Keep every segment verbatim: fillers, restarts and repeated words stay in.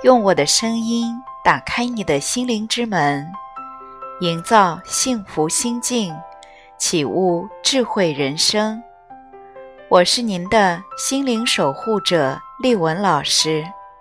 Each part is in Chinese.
用我的声音打开你的心灵之门，营造幸福心境，启悟智慧人生。我是您的心灵守护者丽文老师。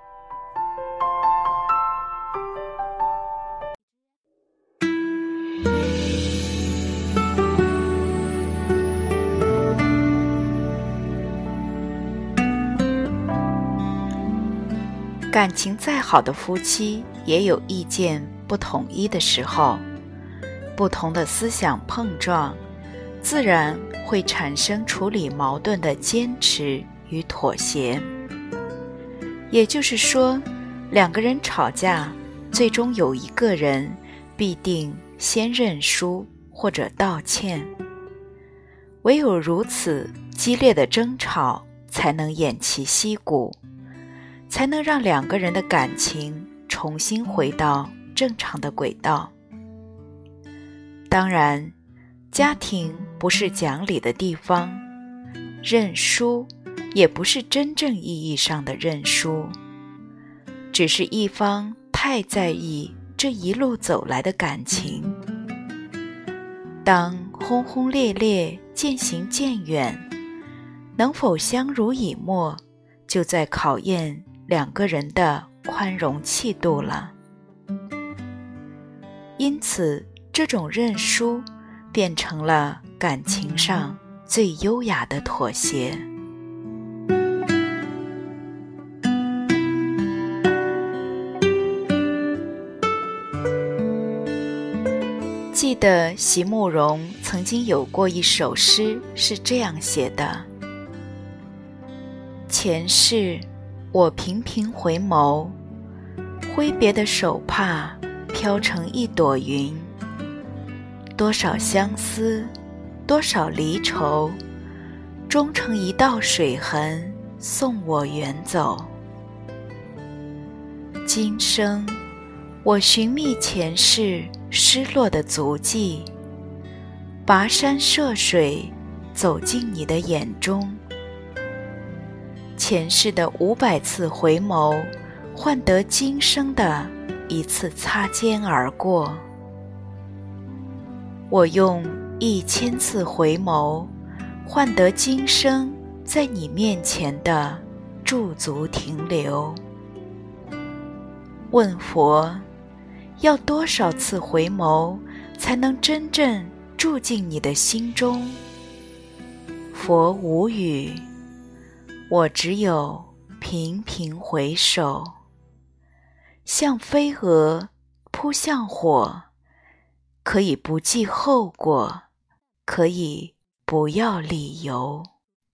感情再好的夫妻也有意见不统一的时候，不同的思想碰撞，自然会产生处理矛盾的坚持与妥协。也就是说，两个人吵架，最终有一个人必定先认输或者道歉。唯有如此，激烈的争吵才能偃旗息鼓，才能让两个人的感情重新回到正常的轨道。当然，家庭不是讲理的地方，认输也不是真正意义上的认输，只是一方太在意这一路走来的感情。当轰轰烈烈渐行渐远，能否相濡以沫，就在考验两个人的宽容气度了。因此，这种认输变成了感情上最优雅的妥协。记得席慕容曾经有过一首诗是这样写的：前世我频频回眸，挥别的手帕飘成一朵云，多少相思，多少离愁，终成一道水痕，送我远走。今生我寻觅前世失落的足迹，跋山涉水，走进你的眼中。前世的五百次回眸，换得今生的一次擦肩而过。我用一千次回眸，换得今生在你面前的驻足停留。问佛，要多少次回眸，才能真正住进你的心中？佛无语，我只有频频回首，像飞蛾扑向火，可以不计后果，可以不要理由。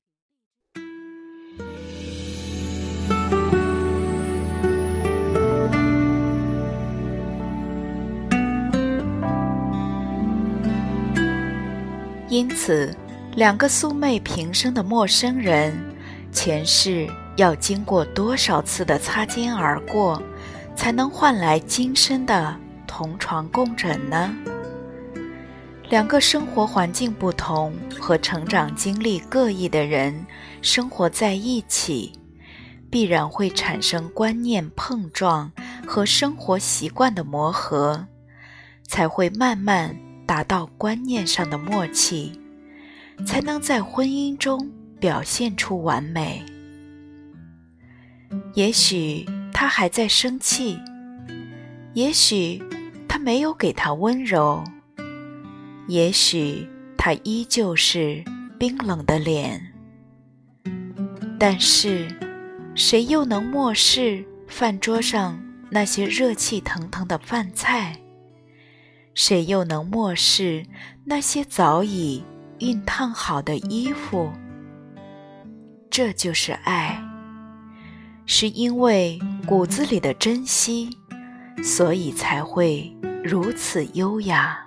因此，两个素昧平生的陌生人，前世要经过多少次的擦肩而过，才能换来今生的同床共枕呢？两个生活环境不同和成长经历各异的人生活在一起，必然会产生观念碰撞和生活习惯的磨合，才会慢慢达到观念上的默契，才能在婚姻中表现出完美。也许他还在生气，也许他没有给他温柔，也许他依旧是冰冷的脸，但是谁又能漠视饭桌上那些热气腾腾的饭菜？谁又能漠视那些早已熨烫好的衣服？这就是爱，是因为骨子里的珍惜，所以才会如此优雅。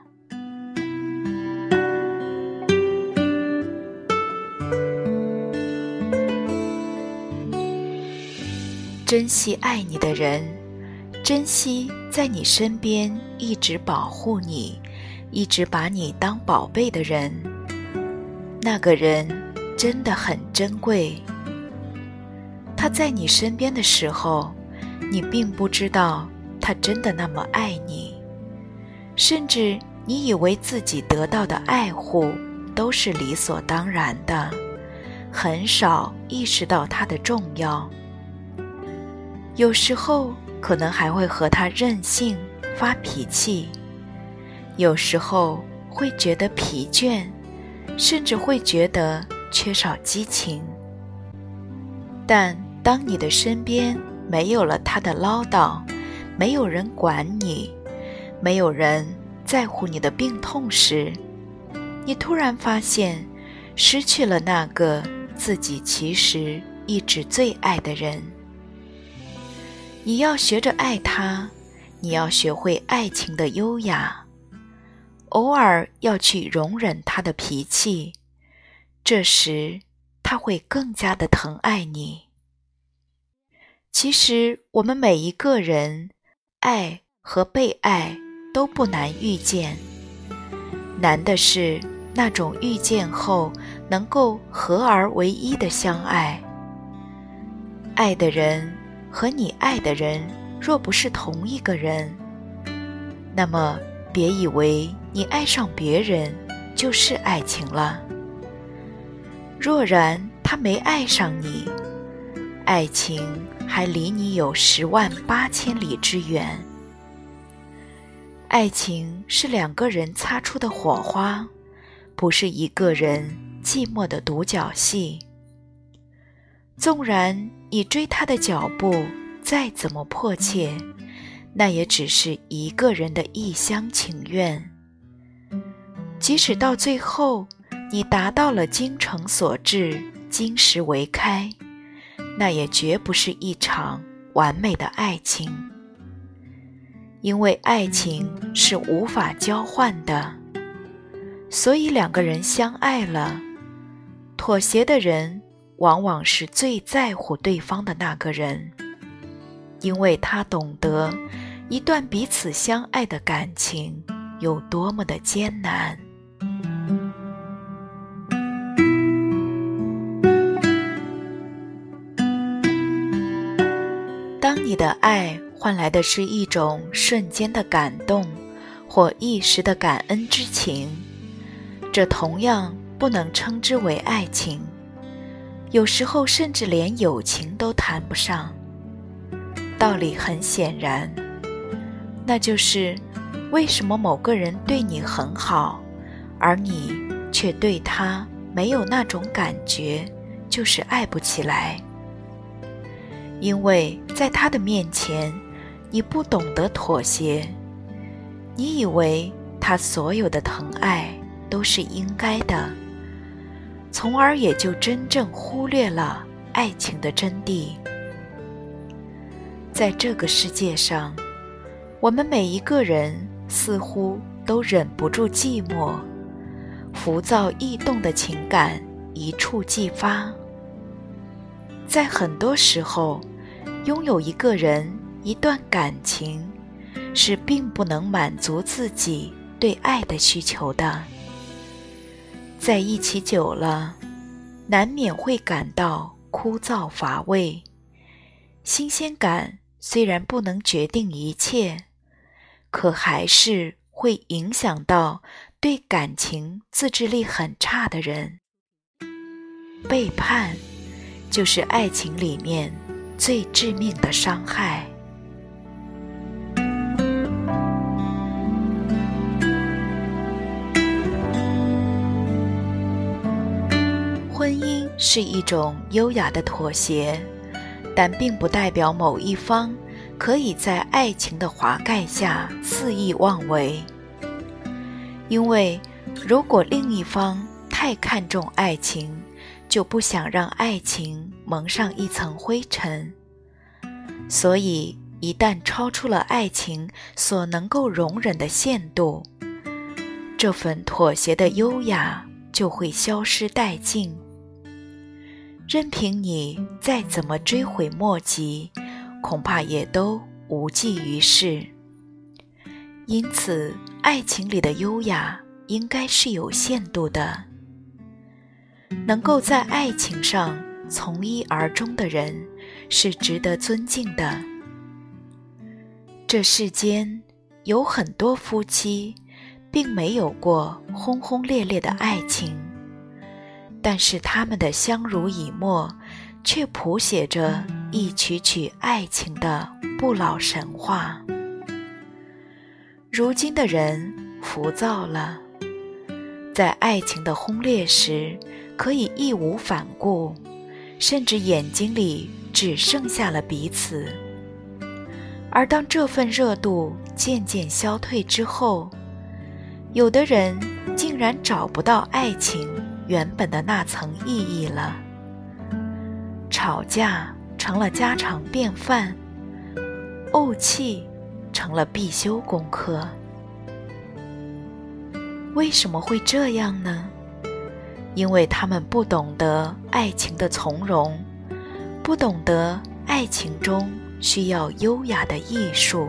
珍惜爱你的人，珍惜在你身边一直保护你，一直把你当宝贝的人，那个人真的很珍贵。他在你身边的时候， 你并不知道他真的那么爱你，甚至你以为自己得到的爱护都是理所当然的，很少意识到他的重要。有时候可能还会和他任性发脾气，有时候会觉得疲倦，甚至会觉得缺少激情。但当你的身边没有了他的唠叨，没有人管你，没有人在乎你的病痛时，你突然发现失去了那个自己其实一直最爱的人。你要学着爱他，你要学会爱情的优雅，偶尔要去容忍他的脾气，这时他会更加的疼爱你。其实我们每一个人，爱和被爱都不难遇见，难的是那种遇见后能够合而为一的相爱。爱的人和你爱的人若不是同一个人，那么别以为你爱上别人就是爱情了。若然他没爱上你，爱情还离你有十万八千里之远。爱情是两个人擦出的火花，不是一个人寂寞的独角戏。纵然你追他的脚步再怎么迫切，那也只是一个人的一厢情愿。即使到最后你达到了精诚所至，金石为开，那也绝不是一场完美的爱情。因为爱情是无法交换的，所以两个人相爱了，妥协的人往往是最在乎对方的那个人，因为他懂得一段彼此相爱的感情有多么的艰难。当你的爱换来的是一种瞬间的感动或一时的感恩之情，这同样不能称之为爱情，有时候甚至连友情都谈不上。道理很显然，那就是为什么某个人对你很好，而你却对他没有那种感觉，就是爱不起来。因为在他的面前，你不懂得妥协，你以为他所有的疼爱都是应该的，从而也就真正忽略了爱情的真谛。在这个世界上，我们每一个人似乎都忍不住寂寞，浮躁易动的情感一触即发。在很多时候，拥有一个人一段感情是并不能满足自己对爱的需求的。在一起久了，难免会感到枯燥乏味，新鲜感虽然不能决定一切，可还是会影响到对感情自制力很差的人。背叛就是爱情里面最致命的伤害。婚姻是一种优雅的妥协，但并不代表某一方可以在爱情的华盖下肆意妄为。因为如果另一方太看重爱情，就不想让爱情蒙上一层灰尘，所以一旦超出了爱情所能够容忍的限度，这份妥协的优雅就会消失殆尽。任凭你再怎么追悔莫及，恐怕也都无济于事。因此，爱情里的优雅应该是有限度的。能够在爱情上从一而终的人是值得尊敬的， 这世间有很多夫妻并没有过轰轰烈烈的爱情，但是他们的相濡以沫却谱写着一曲曲爱情的不老神话。如今的人浮躁了，在爱情的轰烈时可以义无反顾，甚至眼睛里只剩下了彼此。而当这份热度渐渐消退之后，有的人竟然找不到爱情原本的那层意义了。吵架成了家常便饭，怄气成了必修功课。为什么会这样呢？因为他们不懂得爱情的从容，不懂得爱情中需要优雅的艺术。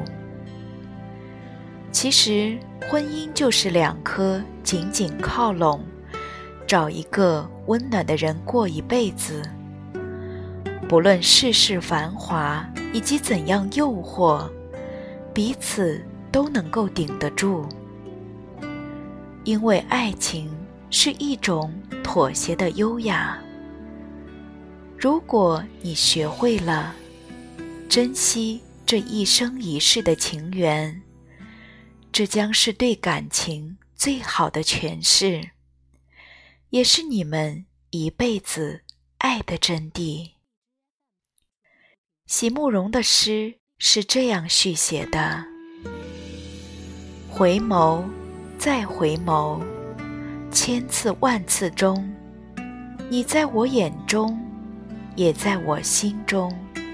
其实婚姻就是两颗紧紧靠拢，找一个温暖的人过一辈子。不论世事繁华以及怎样诱惑，彼此都能够顶得住。因为爱情是一种妥协的优雅。如果你学会了珍惜这一生一世的情缘，这将是对感情最好的诠释，也是你们一辈子爱的真谛。席慕容的诗是这样续写的：回眸，再回眸，千次万次中，你在我眼中，也在我心中。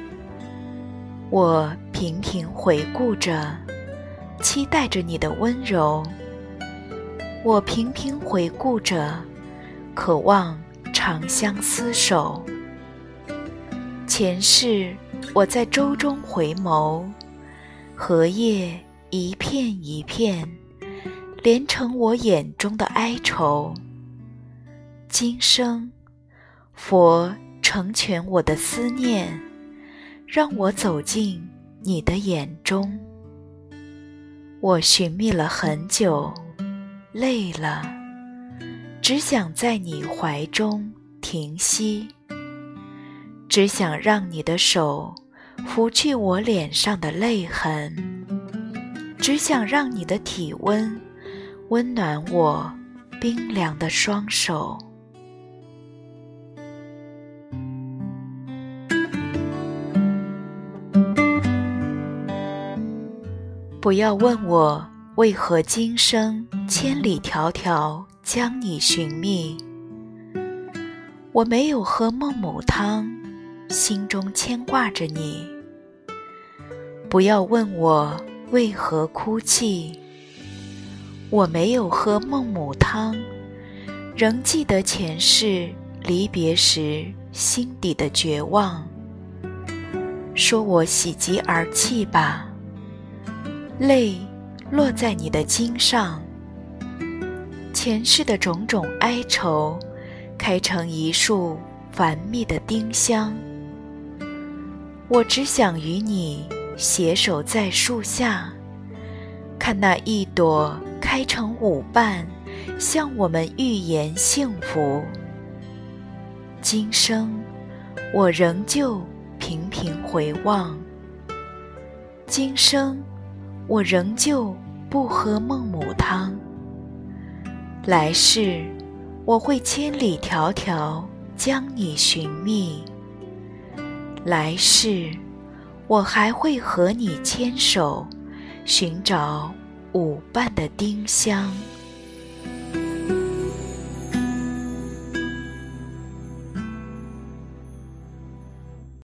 我频频回顾着，期待着你的温柔。我频频回顾着，渴望长相厮守。前世我在舟中回眸，荷叶一片一片，连成我眼中的哀愁。今生佛成全我的思念，让我走进你的眼中。我寻觅了很久，累了，只想在你怀中停息，只想让你的手拂去我脸上的泪痕，只想让你的体温温暖我冰凉的双手。不要问我为何今生千里迢迢将你寻觅，我没有喝孟母汤，心中牵挂着你。不要问我为何哭泣，我没有喝孟母汤，仍记得前世离别时心底的绝望。说我喜极而泣吧，泪落在你的襟上，前世的种种哀愁开成一束繁密的丁香。我只想与你携手在树下，看那一朵开成舞瓣，向我们预言幸福。今生我仍旧频频回望，今生我仍旧不喝孟母汤，来世我会千里迢迢将你寻觅，来世我还会和你牵手，寻找舞伴的丁香。